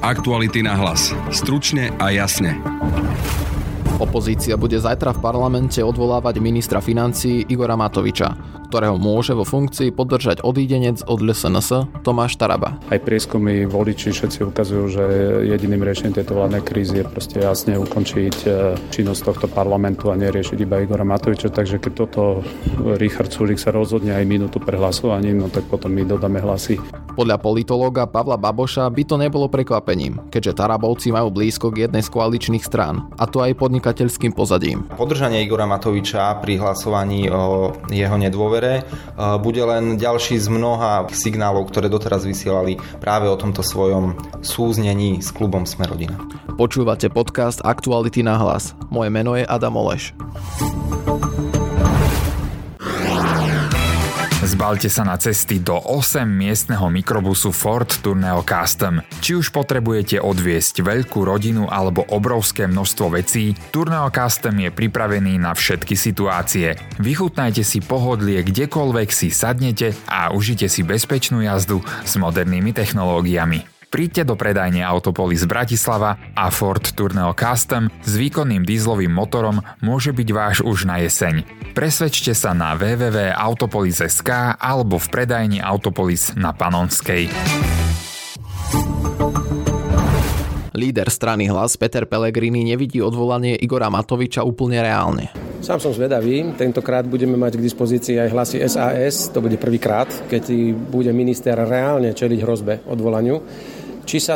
Aktuality na hlas. Stručne a jasne. Opozícia bude zajtra v parlamente odvolávať ministra financií Igora Matoviča, ktorého môže vo funkcii podržať odídenec od LSNS Tomáš Taraba. Aj prieskumy voliči všetci ukazujú, že jediným riešením tejto vládnej krízy je proste jasne ukončiť činnosť tohto parlamentu a neriešiť iba Igora Matoviča. Takže keď toto Richard Sulík sa rozhodne aj minútu pred hlasovaním, no tak potom my dodáme hlasy. Podľa politológa Pavla Baboša by to nebolo prekvapením, keďže Tarabovci majú blízko k jednej z koaličných strán, a to aj podnikateľským pozadím. Podržanie Igora Matoviča pri hlasovaní o jeho nedôvere bude len ďalší z mnoha signálov, ktoré doteraz vysielali práve o tomto svojom súznení s klubom Sme rodina. Počúvate podcast Aktuality na hlas. Moje meno je Adam Oleš. Zbaľte sa na cesty do 8-miestneho mikrobusu Ford Tourneo Custom. Či už potrebujete odviesť veľkú rodinu alebo obrovské množstvo vecí, Tourneo Custom je pripravený na všetky situácie. Vychutnajte si pohodlie kdekoľvek si sadnete a užite si bezpečnú jazdu s modernými technológiami. Príďte do predajne Autopolis Bratislava a Ford Tourneo Custom s výkonným dieselovým motorom môže byť váš už na jeseň. Presvedčte sa na www.autopolis.sk alebo v predajni Autopolis na Panonskej. Líder strany Hlas Peter Pellegrini nevidí odvolanie Igora Matoviča úplne reálne. Sám som zvedavý, tentokrát budeme mať k dispozícii aj hlasy SAS, to bude prvýkrát, keď bude minister reálne čeliť hrozbe odvolaniu. Či sa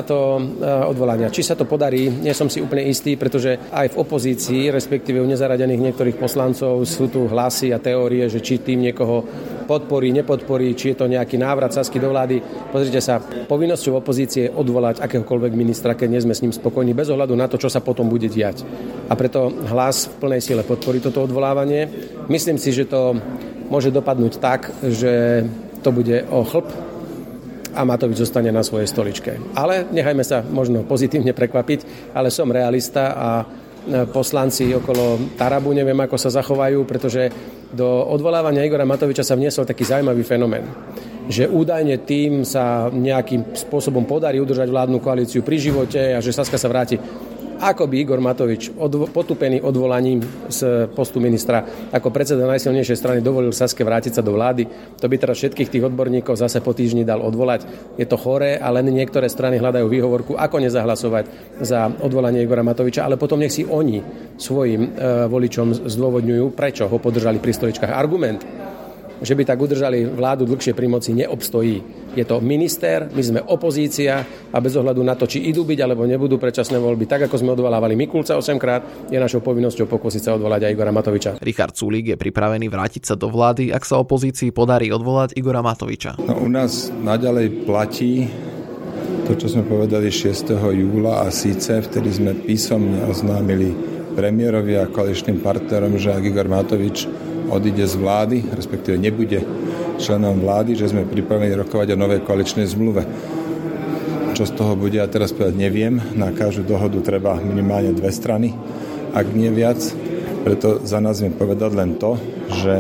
to podarí, nie som si úplne istý, pretože aj v opozícii, respektíve u nezaradených niektorých poslancov sú tu hlasy a teórie, že či tým niekoho podporí, nepodporí, či je to nejaký návrat Sasky do vlády. Pozrite sa, povinnosťou opozície je odvolať akéhokoľvek ministra, keď nie sme s ním spokojní, bez ohľadu na to, čo sa potom bude diať. A preto Hlas v plnej sile podporí toto odvolávanie. Myslím si, že to môže dopadnúť tak, že to bude o chlp a Matovič zostane na svojej stoličke. Ale nechajme sa možno pozitívne prekvapiť, ale som realista a poslanci okolo Tarabu neviem, ako sa zachovajú, pretože do odvolávania Igora Matoviča sa vniesol taký zaujímavý fenomén, že údajne tým sa nejakým spôsobom podarí udržať vládnu koalíciu pri živote a že Saska sa vráti. Ako by Igor Matovič, potupený odvolaním z postu ministra ako predseda najsilnejšej strany, dovolil Saske vrátiť sa do vlády, to by teraz všetkých tých odborníkov zase po týždni dal odvolať. Je to choré a len niektoré strany hľadajú výhovorku, ako nezahlasovať za odvolanie Igora Matoviča, ale potom nech si oni svojim voličom zdôvodňujú, prečo ho podržali pri stoličkách. Argument, že by tak udržali vládu dlhšie pri moci, neobstojí. Je to minister, my sme opozícia a bez ohľadu na to, či idú byť alebo nebudú predčasné voľby, tak ako sme odvolávali Mikulca 8-krát, je našou povinnosťou pokúsiť sa odvolať aj Igora Matoviča. Richard Sulík je pripravený vrátiť sa do vlády, ak sa opozícii podarí odvolať Igora Matoviča. No, u nás naďalej platí to, čo sme povedali 6. júla a síce vtedy sme písomne oznámili premiérovi a koaličným partnerom, že ak Igor Matovič odíde z vlády, respektíve nebude členom vlády, že sme pripravení rokovať o novej koaličnej zmluve. Čo z toho bude, ja teraz povedať neviem. Na každú dohodu treba minimálne 2 strany, ak nie viac. Preto za nás sme povedať len to, že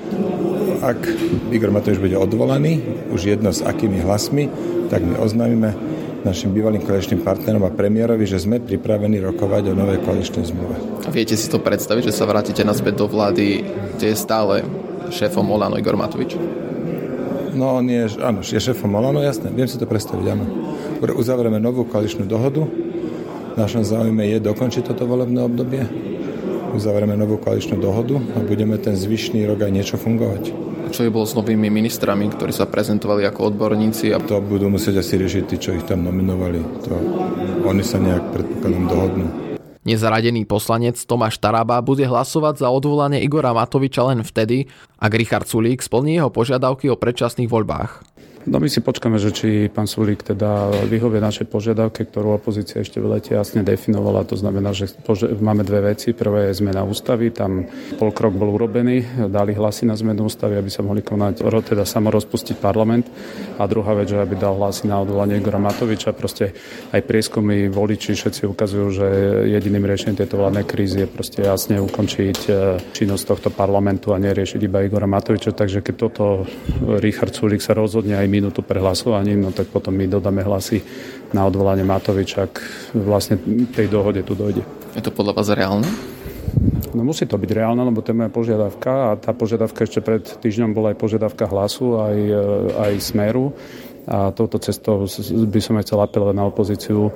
ak Igor Matovič bude odvolaný, už jedno s akými hlasmi, tak my oznámime našim bývalým koaličným partnerom a premiérovi, že sme pripravení rokovať o novej koaličnej zmluve. Viete si to predstaviť, že sa vrátite naspäť do vlády, kde je stále šéfom Olano Igor Matovič? No, je šéfom Olano, jasné. Viem si to predstaviť, áno. Uzavrieme novú koaličnú dohodu. V našom záujme je dokončiť toto volebné obdobie. Uzavrieme novú koaličnú dohodu a budeme ten zvyšný rok aj niečo fungovať. Čo je bolo s novými ministrami, ktorí sa prezentovali ako odborníci? A to budú musieť asi riešiť tí, čo ich tam nominovali. Oni sa nejak predpokladom dohodnú. Nezaradený poslanec Tomáš Taraba bude hlasovať za odvolanie Igora Matoviča len vtedy, ak Richard Sulík splní jeho požiadavky o predčasných voľbách. No my si počkáme, že či pán Sulík teda vyhovie našej požiadavke, ktorú opozícia ešte v lete jasne definovala. To znamená, že máme 2 veci. Prvé je zmena ústavy, tam polkrok bol urobený, dali hlasy na zmenu ústavy, aby sa mohli konať, teda samorozpustiť parlament. A druhá vec, že aby dal hlasy na odvolanie Igora Matoviča. Proste aj prieskumy voliči všetci ukazujú, že jediným riešením tejto vládnej krízy je proste jasne ukončiť činnosť tohto parlamentu a neriešiť iba Igora Matoviča. Takže keď toto Richard Sulík sa rozhodne aj minútu pre hlasovaním, no tak potom my dodáme hlasy na odvolanie Matoviča, ak vlastne tej dohode tu dojde. Je to podľa vás reálne? No musí to byť reálne, lebo to je moja požiadavka a tá požiadavka ešte pred týždňom bola aj požiadavka Hlasu, aj Smeru a touto cestou by som aj chcel apelovať na opozíciu,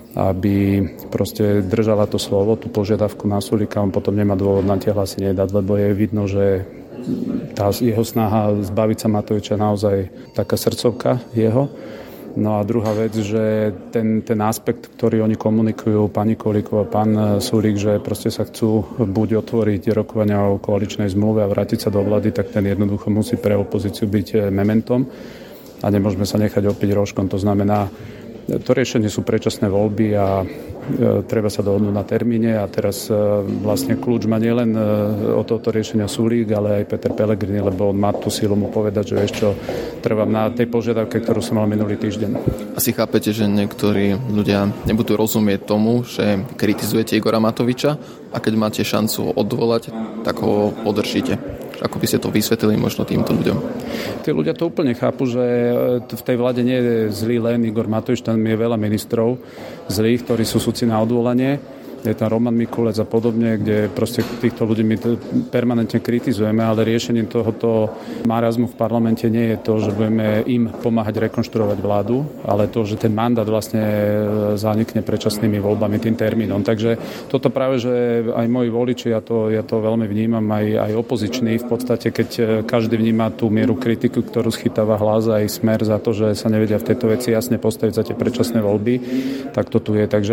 aby proste držala to slovo, tú požiadavku na Sulíka, on potom nemá dôvod na tie hlasy nedať, lebo je vidno, že tá jeho snaha zbaviť sa Matoviča naozaj taká srdcovka jeho. No a druhá vec, že ten aspekt, ktorý oni komunikujú, pani Kolíková, pán Sulík, že proste sa chcú buď otvoriť rokovania o koaličnej zmluve a vrátiť sa do vlády, tak ten jednoducho musí pre opozíciu byť mementom a nemôžeme sa nechať opiť rožkom. To znamená, to riešenie sú predčasné voľby a treba sa dohodnúť na termíne a teraz vlastne kľúč má nielen od tohto riešenia Sulík, ale aj Peter Pellegrini, lebo on má tú silu mu povedať, že vieš čo, trvám na tej požiadavke, ktorú som mal minulý týždeň. Asi chápete, že niektorí ľudia nebudú rozumieť tomu, že kritizujete Igora Matoviča a keď máte šancu odvolať, tak ho podržíte. Ako by ste to vysvetlili možno týmto ľuďom? Tí ľudia to úplne chápu, že v tej vláde nie je zlý len Igor Matovič, tam je veľa ministrov zlých, ktorí sú súci na odvolanie. Je tam Roman Mikulec a podobne, kde proste týchto ľudí my permanentne kritizujeme, ale riešením tohoto marazmu v parlamente nie je to, že budeme im pomáhať rekonštruovať vládu, ale to, že ten mandát vlastne zanikne predčasnými voľbami, tým termínom. Takže toto práve, že aj moji voliči, ja to veľmi vnímam, aj opoziční, v podstate, keď každý vníma tú mieru kritiku, ktorú schytáva Hlas aj Smer za to, že sa nevedia v tejto veci jasne postaviť za tie predčasné voľby, tak to tu je. Takže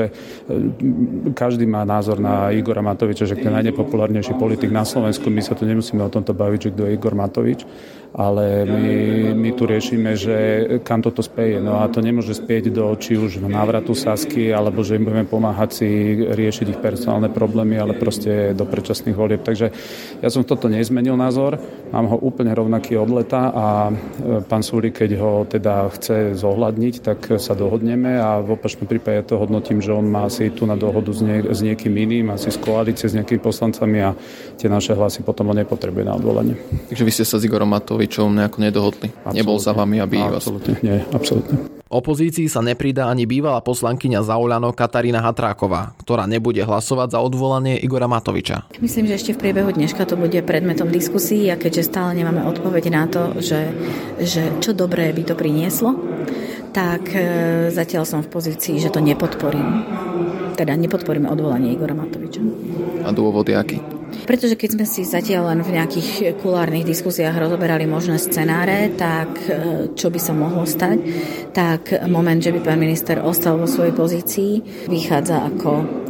každý má názor na Igora Matoviča, že to je najnepopulárnejší politik na Slovensku. My sa tu nemusíme o tomto baviť, že kto je Igor Matovič, ale my tu riešime, že kam toto speje. No a to nemôže spieť do či už návratu Sasky, alebo že im budeme pomáhať si riešiť ich personálne problémy, ale proste do predčasných volieb. Takže ja som toto nezmenil názor, mám ho úplne rovnaký od leta a pán Sulík, keď ho teda chce zohľadniť, tak sa dohodneme a v opačnom prípade to hodnotím, že on má si tu na dohodu s niekým iným, asi z koalície, s nejakými poslancami a tie naše hlasy potom on nepotrebuje na odvolanie. Takže vy ste sa s Igorom Matovičom nejako nedohodli? Absolutne. Nebol za vami, aby vás... Nie, absolútne. Opozícii sa nepridá ani bývalá poslankyňa za Oľano Katarína Hatráková, ktorá nebude hlasovať za odvolanie Igora Matoviča. Myslím, že ešte v priebehu dneška to bude predmetom diskusí a keďže stále nemáme odpoveď na to, že čo dobré by to prinieslo, tak zatiaľ som v pozícii, že to nepodporím. Teda nepodporíme odvolanie Igora Matoviča. A dôvod je aký? Pretože keď sme si zatiaľ len v nejakých kulárnych diskusiách rozoberali možné scenáre, tak čo by sa mohlo stať, tak moment, že by pán minister ostal vo svojej pozícii, vychádza ako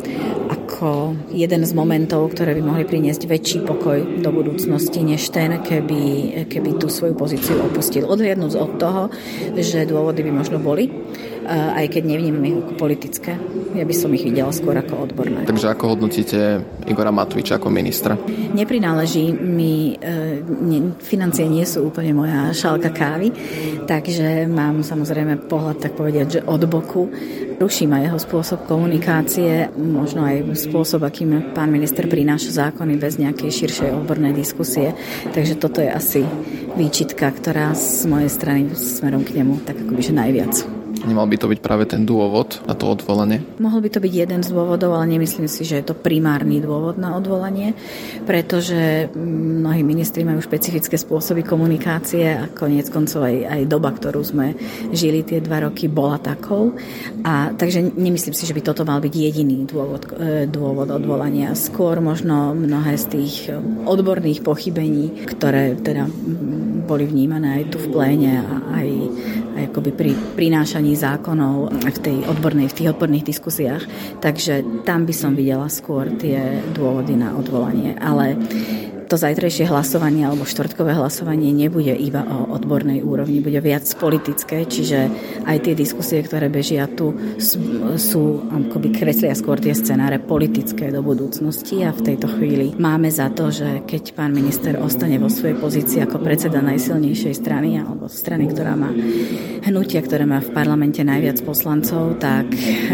jeden z momentov, ktoré by mohli priniesť väčší pokoj do budúcnosti, než ten, keby tú svoju pozíciu opustil. Odhliadnúc od toho, že dôvody by možno boli, aj keď nevnímam ich ako politické. Ja by som ich videla skôr ako odborné. Takže ako hodnotíte Igora Matoviča ako ministra? Neprináleží mi, financie nie sú úplne moja šálka kávy, takže mám samozrejme pohľad, tak povediať, že od boku. Ruší ma jeho spôsob komunikácie, možno aj spôsob, akým pán minister prináša zákony bez nejakej širšej odbornej diskusie. Takže toto je asi výčitka, ktorá z mojej strany smerom k nemu tak akoby, že najviac. Nemal by to byť práve ten dôvod na to odvolanie? Mohol by to byť jeden z dôvodov, ale nemyslím si, že je to primárny dôvod na odvolanie, pretože mnohí ministri majú špecifické spôsoby komunikácie a koniec koncov aj doba, ktorú sme žili tie 2 roky, bola takou. A takže nemyslím si, že by toto mal byť jediný dôvod odvolania. Skôr možno mnohé z tých odborných pochybení, ktoré teda boli vnímané aj tu v pléne a aj akoby pri prinášaní zákonov v tých odborných diskusiách. Takže tam by som videla skôr tie dôvody na odvolanie. Ale to zajtrajšie hlasovanie alebo štvrtkové hlasovanie nebude iba o odbornej úrovni, bude viac politické, čiže aj tie diskusie, ktoré bežia tu, sú akoby kreslia skôr tie scenáre politické do budúcnosti a v tejto chvíli máme za to, že keď pán minister ostane vo svojej pozícii ako predseda najsilnejšej strany alebo strany, ktorá má hnutia, ktoré má v parlamente najviac poslancov, tak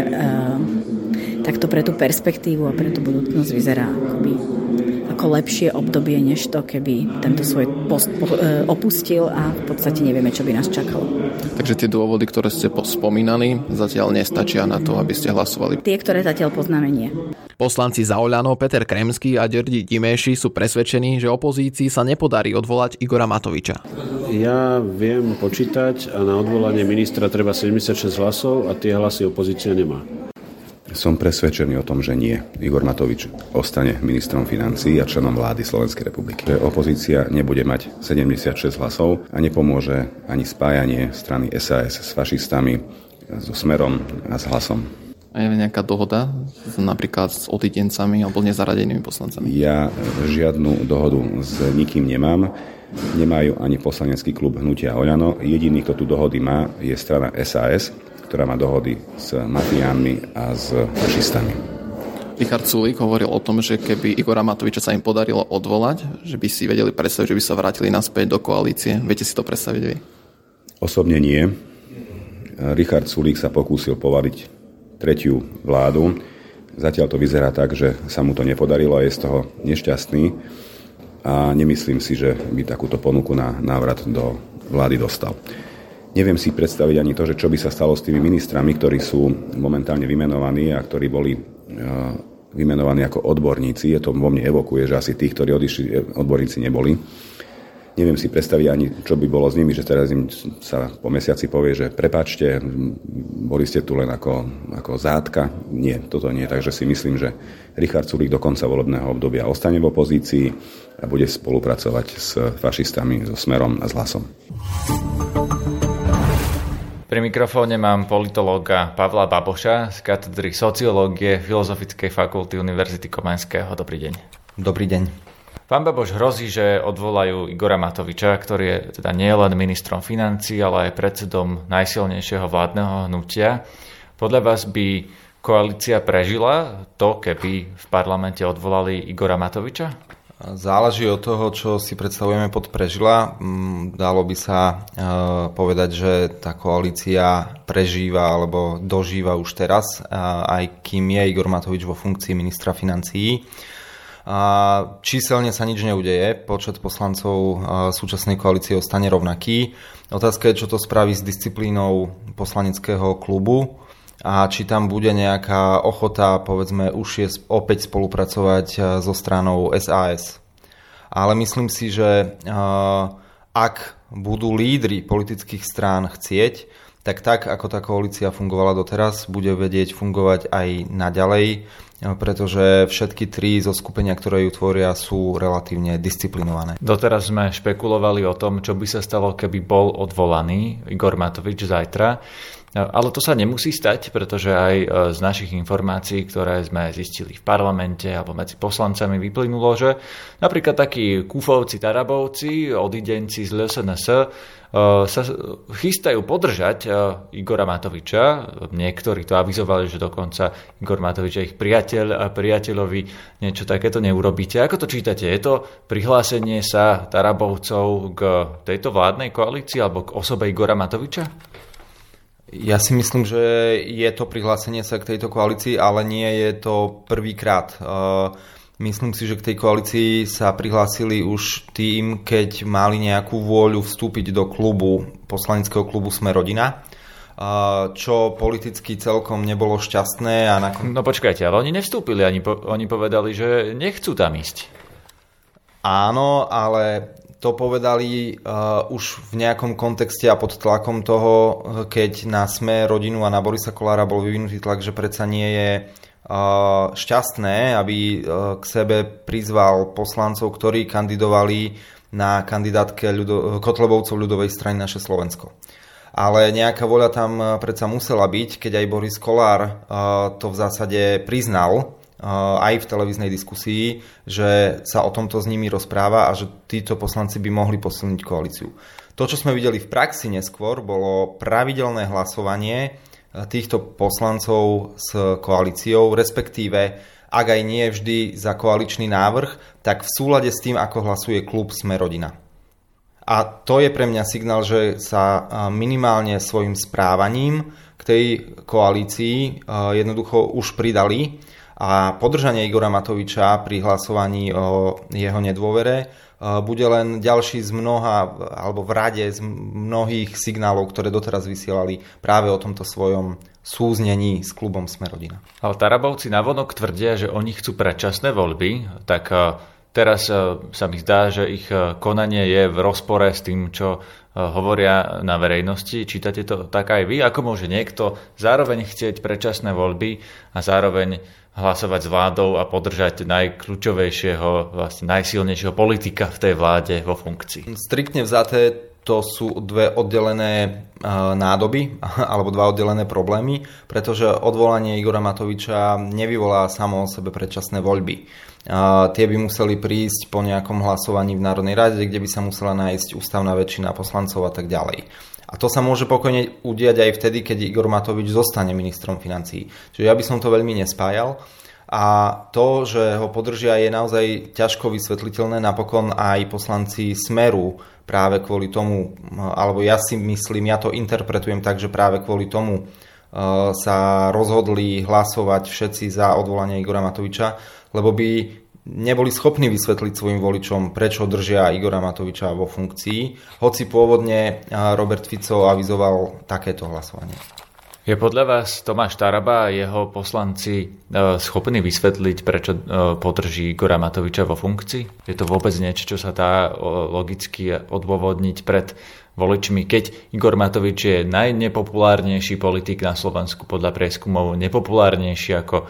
to pre tú perspektívu a pre tú budúcnosť vyzerá ako lepšie obdobie, než to, keby tento svoj post opustil a v podstate nevieme, čo by nás čakalo. Takže tie dôvody, ktoré ste spomínali, zatiaľ nestačia na to, aby ste hlasovali. Tie, ktoré zatiaľ poznáme, nie. Poslanci za Oľano Peter Kremský a Ďordi Dimeši sú presvedčení, že opozícii sa nepodarí odvolať Igora Matoviča. Ja viem počítať a na odvolanie ministra treba 76 hlasov a tie hlasy opozícia nemá. Som presvedčený o tom, že nie. Igor Matovič ostane ministrom financií a členom vlády Slovenskej republiky. Opozícia nebude mať 76 hlasov a nepomôže ani spájanie strany SAS s fašistami, so Smerom a s Hlasom. A je nejaká dohoda napríklad s odidencami alebo nezaradenými poslancami? Ja žiadnu dohodu s nikým nemám. Nemajú ani poslanecký klub Hnutia Oľano. Jediný, kto tu dohody má, je strana SAS, ktorá má dohody s mafiánmi a s fašistami. Richard Sulík hovoril o tom, že keby Igora Matoviča sa im podarilo odvolať, že by si vedeli predstaviť, že by sa vrátili naspäť do koalície. Viete si to predstaviť vy? Osobne nie. Richard Sulík sa pokúsil povaliť tretiu vládu. Zatiaľ to vyzerá tak, že sa mu to nepodarilo a je z toho nešťastný. A nemyslím si, že by takúto ponuku na návrat do vlády dostal. Neviem si predstaviť ani to, že čo by sa stalo s tými ministrami, ktorí sú momentálne vymenovaní a ktorí boli vymenovaní ako odborníci. To vo mne evokuje, že asi tí, ktorí odišli, odborníci neboli. Neviem si predstaviť ani, čo by bolo s nimi, že teraz im sa po mesiaci povie, že prepáčte, boli ste tu len ako zátka. Nie, toto nie. Takže si myslím, že Richard Sulík do konca volebného obdobia ostane v opozícii a bude spolupracovať s fašistami, so Smerom a s Hlasom. Pri mikrofóne mám politológa Pavla Baboša z katedry sociológie Filozofickej fakulty Univerzity Komenského. Dobrý deň. Dobrý deň. Pán Baboš, hrozí, že odvolajú Igora Matoviča, ktorý je teda nie len ministrom financií, ale aj predsedom najsilnejšieho vládneho hnutia. Podľa vás by koalícia prežila to, keby v parlamente odvolali Igora Matoviča? Záleží od toho, čo si predstavujeme pod prežila. Dalo by sa povedať, že tá koalícia prežíva alebo dožíva už teraz, aj kým je Igor Matovič vo funkcii ministra financií. Číselne sa nič neudeje, počet poslancov súčasnej koalície ostane rovnaký. Otázka je, čo to spraví s disciplínou poslaneckého klubu a či tam bude nejaká ochota, povedzme, už opäť spolupracovať so stranou SAS. Ale myslím si, že ak budú lídri politických strán chcieť, tak ako tá koalícia fungovala doteraz, bude vedieť fungovať aj naďalej, pretože všetky tri zo skupenia, ktoré ju tvoria, sú relatívne disciplinované. Doteraz sme špekulovali o tom, čo by sa stalo, keby bol odvolaný Igor Matovič zajtra. Ale to sa nemusí stať, pretože aj z našich informácií, ktoré sme zistili v parlamente alebo medzi poslancami, vyplynulo, že napríklad takí kúfovci, tarabovci, odidenci z LSNS sa chystajú podržať Igora Matoviča. Niektorí to avizovali, že dokonca Igor Matovič je ich priateľ a priateľovi niečo takéto neurobíte. Ako to čítate? Je to prihlásenie sa tarabovcov k tejto vládnej koalícii alebo k osobe Igora Matoviča? Ja si myslím, že je to prihlásenie sa k tejto koalícii, ale nie je to prvýkrát. Myslím si, že k tej koalícii sa prihlásili už tým, keď mali nejakú vôľu vstúpiť do klubu, poslaneckého klubu Sme rodina, čo politicky celkom nebolo šťastné. No počkajte, ale oni nevstúpili, oni povedali, že nechcú tam ísť. Áno, ale to povedali už v nejakom kontexte a pod tlakom toho, keď na Sme rodinu a na Borisa Kollára bol vyvinutý tlak, že predsa nie je šťastné, aby k sebe prizval poslancov, ktorí kandidovali na kandidátke Kotlebovcov ľudovej strany Naše Slovensko. Ale nejaká voľa tam predsa musela byť, keď aj Boris Kollár to v zásade priznal, aj v televíznej diskusii, že sa o tomto s nimi rozpráva a že títo poslanci by mohli posilniť koalíciu. To, čo sme videli v praxi neskôr, bolo pravidelné hlasovanie týchto poslancov s koalíciou, respektíve, ak aj nie vždy za koaličný návrh, tak v súlade s tým, ako hlasuje klub Sme rodina. A to je pre mňa signál, že sa minimálne svojim správaním k tej koalícii jednoducho už pridali. A podržanie Igora Matoviča pri hlasovaní o jeho nedôvere bude len ďalší z v rade z mnohých signálov, ktoré doteraz vysielali práve o tomto svojom súznení s klubom Sme rodina. Ale Tarabovci navonok tvrdia, že oni chcú predčasné voľby, tak teraz sa mi zdá, že ich konanie je v rozpore s tým, čo hovoria na verejnosti. Čítate to tak aj vy? Ako môže niekto zároveň chcieť predčasné voľby a zároveň hlasovať s vládou a podržať najkľúčovejšieho, vlastne najsilnejšieho politika v tej vláde vo funkcii? Striktne vzaté to sú dve oddelené nádoby alebo dva oddelené problémy, pretože odvolanie Igora Matoviča nevyvolá samo o sebe predčasné voľby. Tie by museli prísť po nejakom hlasovaní v Národnej rade, kde by sa musela nájsť ústavná väčšina poslancov a tak ďalej. A to sa môže pokojne udiať aj vtedy, keď Igor Matovič zostane ministrom financií. Čiže ja by som to veľmi nespájal. A to, že ho podržia, je naozaj ťažko vysvetliteľné. Napokon aj poslanci Smeru práve kvôli tomu, alebo ja si myslím, ja to interpretujem tak, že práve kvôli tomu sa rozhodli hlasovať všetci za odvolanie Igora Matoviča, lebo by neboli schopní vysvetliť svojim voličom, prečo držia Igora Matoviča vo funkcii, hoci pôvodne Robert Fico avizoval takéto hlasovanie. Je podľa vás Tomáš Taraba a jeho poslanci schopní vysvetliť, prečo podrží Igora Matoviča vo funkcii? Je to vôbec niečo, čo sa dá logicky odôvodniť pred voličmi, keď Igor Matovič je najnepopulárnejší politik na Slovensku podľa prieskumov, nepopulárnejší ako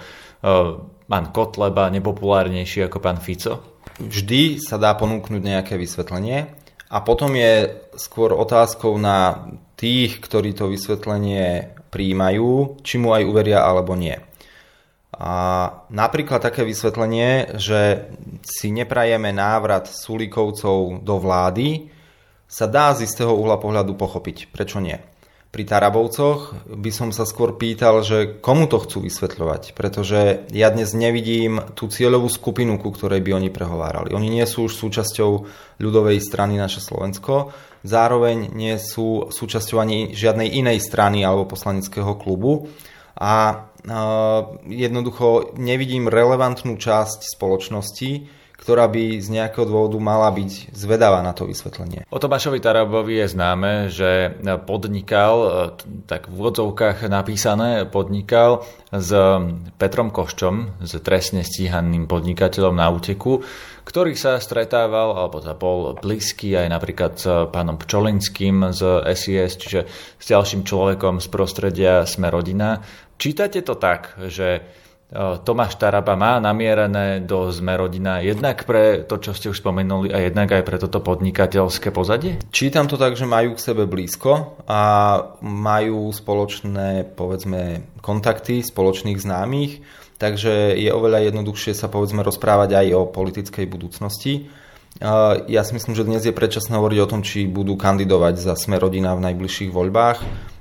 pán Kotleba, nepopulárnejší ako pán Fico? Vždy sa dá ponúknuť nejaké vysvetlenie a potom je skôr otázkou na tých, ktorí to vysvetlenie prijímajú, či mu aj uveria alebo nie. A napríklad také vysvetlenie, že si neprajeme návrat Sulíkovcov do vlády, sa dá z istého uhla pohľadu pochopiť. Prečo nie? Pri Tarabovcoch by som sa skôr pýtal, že komu to chcú vysvetľovať, pretože ja dnes nevidím tú cieľovú skupinu, ku ktorej by oni prehovárali. Oni nie sú už súčasťou ľudovej strany Naše Slovensko, zároveň nie sú súčasťou ani žiadnej inej strany alebo poslaneckého klubu a jednoducho nevidím relevantnú časť spoločnosti, ktorá by z nejakého dôvodu mala byť zvedavá na to vysvetlenie. O Tomášovi Tarabovi je známe, že podnikal, tak v úvodzovkách napísané, podnikal s Petrom Koščom, s trestne stíhaným podnikateľom na úteku, ktorý sa stretával, alebo bol blízky aj napríklad s pánom Pčolinským z SIS, čiže s ďalším človekom z prostredia Sme rodina. Čítate to tak, že Tomáš Taraba má namierené do Sme rodina jednak pre to, čo ste už spomenuli a jednak aj pre toto podnikateľské pozadie? Čítam to tak, že majú k sebe blízko a majú spoločné, povedzme, kontakty spoločných známych, takže je oveľa jednoduchšie sa, povedzme, rozprávať aj o politickej budúcnosti. Ja si myslím, že dnes je predčasné hovoriť o tom, či budú kandidovať za Sme rodina v najbližších voľbách.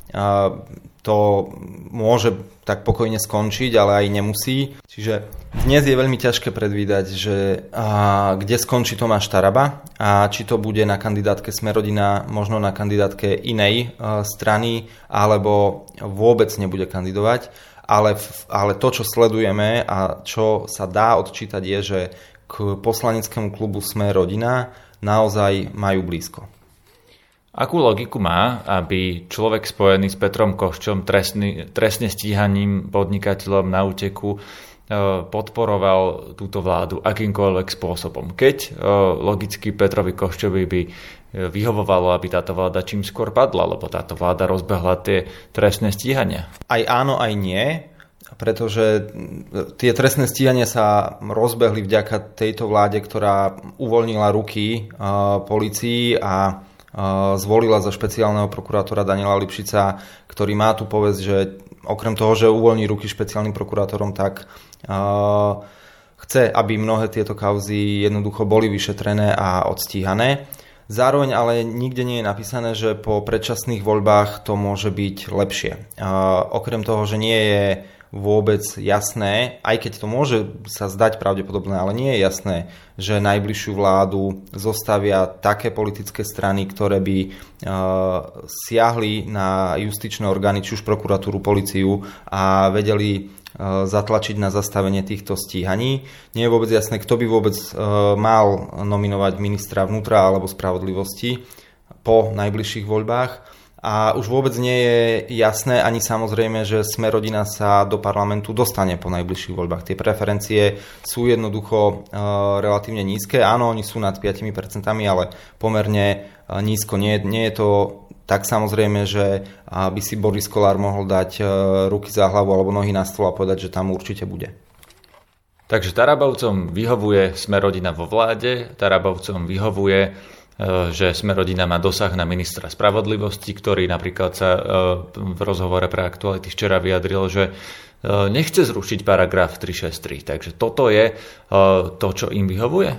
To môže tak pokojne skončiť, ale aj nemusí. Čiže dnes je veľmi ťažké predvídať, že kde skončí Tomáš Taraba a či to bude na kandidátke Sme rodina, možno na kandidátke inej strany, alebo vôbec nebude kandidovať. Ale to, čo sledujeme a čo sa dá odčítať, je, že k poslaneckému klubu Sme rodina naozaj majú blízko. Akú logiku má, aby človek spojený s Petrom Koščom, trestne stíhaným podnikateľom na úteku, podporoval túto vládu akýmkoľvek spôsobom? Keď logicky Petrovi Koščovi by vyhovovalo, aby táto vláda čím skôr padla, lebo táto vláda rozbehla tie trestné stíhania. Aj áno, aj nie, pretože tie trestné stíhania sa rozbehli vďaka tejto vláde, ktorá uvoľnila ruky polícii a zvolila za špeciálneho prokurátora Daniela Lipšica, ktorý má tu povesť, že okrem toho, že uvoľní ruky špeciálnym prokurátorom, tak chce, aby mnohé tieto kauzy jednoducho boli vyšetrené a odstíhané. Zároveň ale nikde nie je napísané, že po predčasných voľbách to môže byť lepšie. Okrem toho, že nie je vôbec jasné, aj keď to môže sa zdať pravdepodobné, ale nie je jasné, že najbližšiu vládu zostavia také politické strany, ktoré by siahli na justičné orgány, či už prokuratúru, políciu a vedeli zatlačiť na zastavenie týchto stíhaní. Nie je vôbec jasné, kto by vôbec mal nominovať ministra vnútra alebo spravodlivosti po najbližších voľbách. A už vôbec nie je jasné ani samozrejme, že Smer-rodina sa do parlamentu dostane po najbližších voľbách. Tie preferencie sú jednoducho relatívne nízke. Áno, oni sú nad 5%, ale pomerne nízko. Nie je to tak samozrejme, že by si Boris Kollár mohol dať ruky za hlavu alebo nohy na stôl a povedať, že tam určite bude. Takže Tarabovcom vyhovuje Smer-rodina vo vláde, Tarabovcom vyhovuje, že Smer-rodina má dosah na ministra spravodlivosti, ktorý napríklad sa v rozhovore pre Aktuality včera vyjadril, že nechce zrušiť paragraf 363. Takže toto je to, čo im vyhovuje?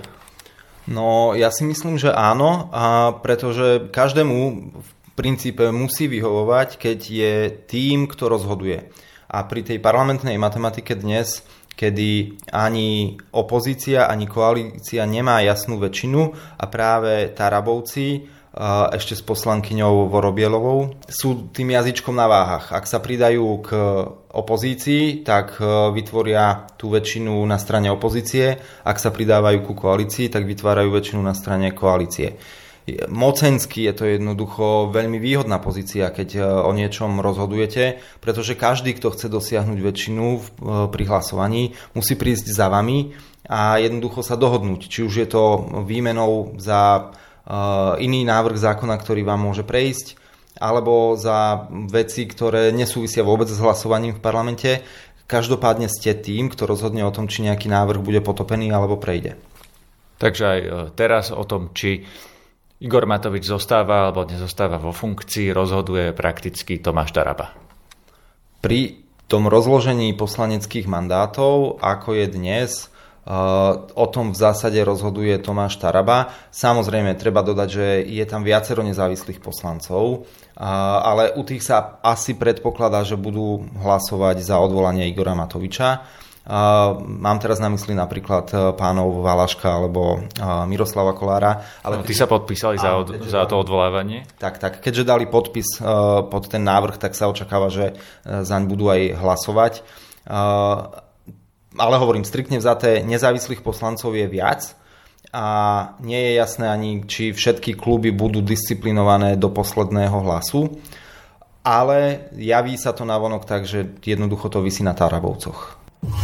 No, ja si myslím, že áno, pretože každému v princípe musí vyhovovať, keď je tým, kto rozhoduje. A pri tej parlamentnej matematike dnes, kedy ani opozícia, ani koalícia nemá jasnú väčšinu a práve Tarabovci ešte s poslankyňou Vorobielovou sú tým jazyčkom na váhach. Ak sa pridajú k opozícii, tak vytvoria tú väčšinu na strane opozície. Ak sa pridávajú ku koalícii, tak vytvárajú väčšinu na strane koalície. Mocensky je to jednoducho veľmi výhodná pozícia, keď o niečom rozhodujete, pretože každý, kto chce dosiahnuť väčšinu pri hlasovaní, musí prísť za vami a jednoducho sa dohodnúť. Či už je to výmenou za iný návrh zákona, ktorý vám môže prejsť, alebo za veci, ktoré nesúvisia vôbec s hlasovaním v parlamente. Každopádne ste tým, kto rozhodne o tom, či nejaký návrh bude potopený alebo prejde. Takže aj teraz o tom, či Igor Matovič zostáva alebo nezostáva vo funkcii, rozhoduje prakticky Tomáš Taraba. Pri tom rozložení poslaneckých mandátov, ako je dnes, o tom v zásade rozhoduje Tomáš Taraba. Samozrejme, treba dodať, že je tam viacero nezávislých poslancov, ale u tých sa asi predpokladá, že budú hlasovať za odvolanie Igora Matoviča. Mám teraz na mysli napríklad pánov Valaška alebo Miroslava Kollára. Ale tí sa podpísali za to odvolávanie? Tak. Keďže dali podpis pod ten návrh, tak sa očakáva, že zaň budú aj hlasovať. Ale hovorím, striktne vzaté, nezávislých poslancov je viac a nie je jasné ani, či všetky kluby budú disciplinované do posledného hlasu. Ale javí sa to navonok tak, že jednoducho to visí na Tarabovcoch.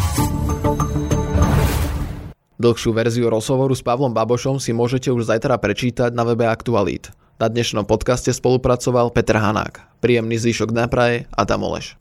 Dlhšiu verziu rozhovoru s Pavlom Babošom si môžete už zajtra prečítať na webe Aktualít. Na dnešnom podcaste spolupracoval Peter Hanák. Príjemný zvyšok dňa praje Adam Oleš.